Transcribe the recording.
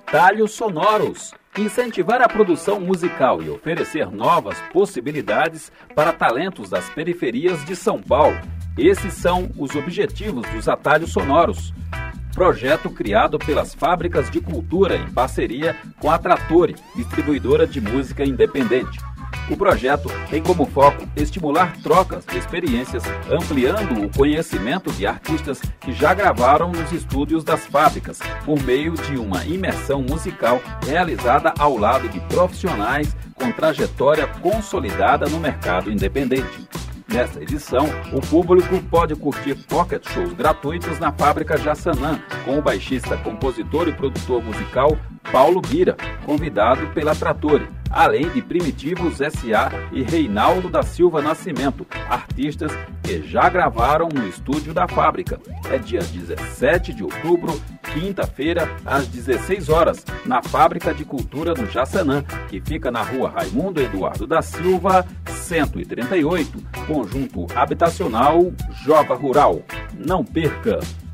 Atalhos sonoros. Incentivar a produção musical e oferecer novas possibilidades para talentos das periferias de São Paulo. Esses são os objetivos dos Atalhos Sonoros. Projeto criado pelas Fábricas de Cultura em parceria com a Trattori, distribuidora de música independente. O projeto tem como foco estimular trocas de experiências, ampliando o conhecimento de artistas que já gravaram nos estúdios das fábricas, por meio de uma imersão musical realizada ao lado de profissionais com trajetória consolidada no mercado independente. Nesta edição, o público pode curtir pocket shows gratuitos na Fábrica Jaçanã, com o baixista, compositor e produtor musical Paulo Bira, convidado pela Trattori, além de Primitivos S.A. e Reinaldo da Silva Nascimento, artistas que já gravaram no estúdio da fábrica. É dia 17 de outubro, quinta-feira, às 16 horas, na Fábrica de Cultura do Jaçanã, que fica na rua Raimundo Eduardo da Silva, 138, Conjunto Habitacional Joga Rural. Não perca!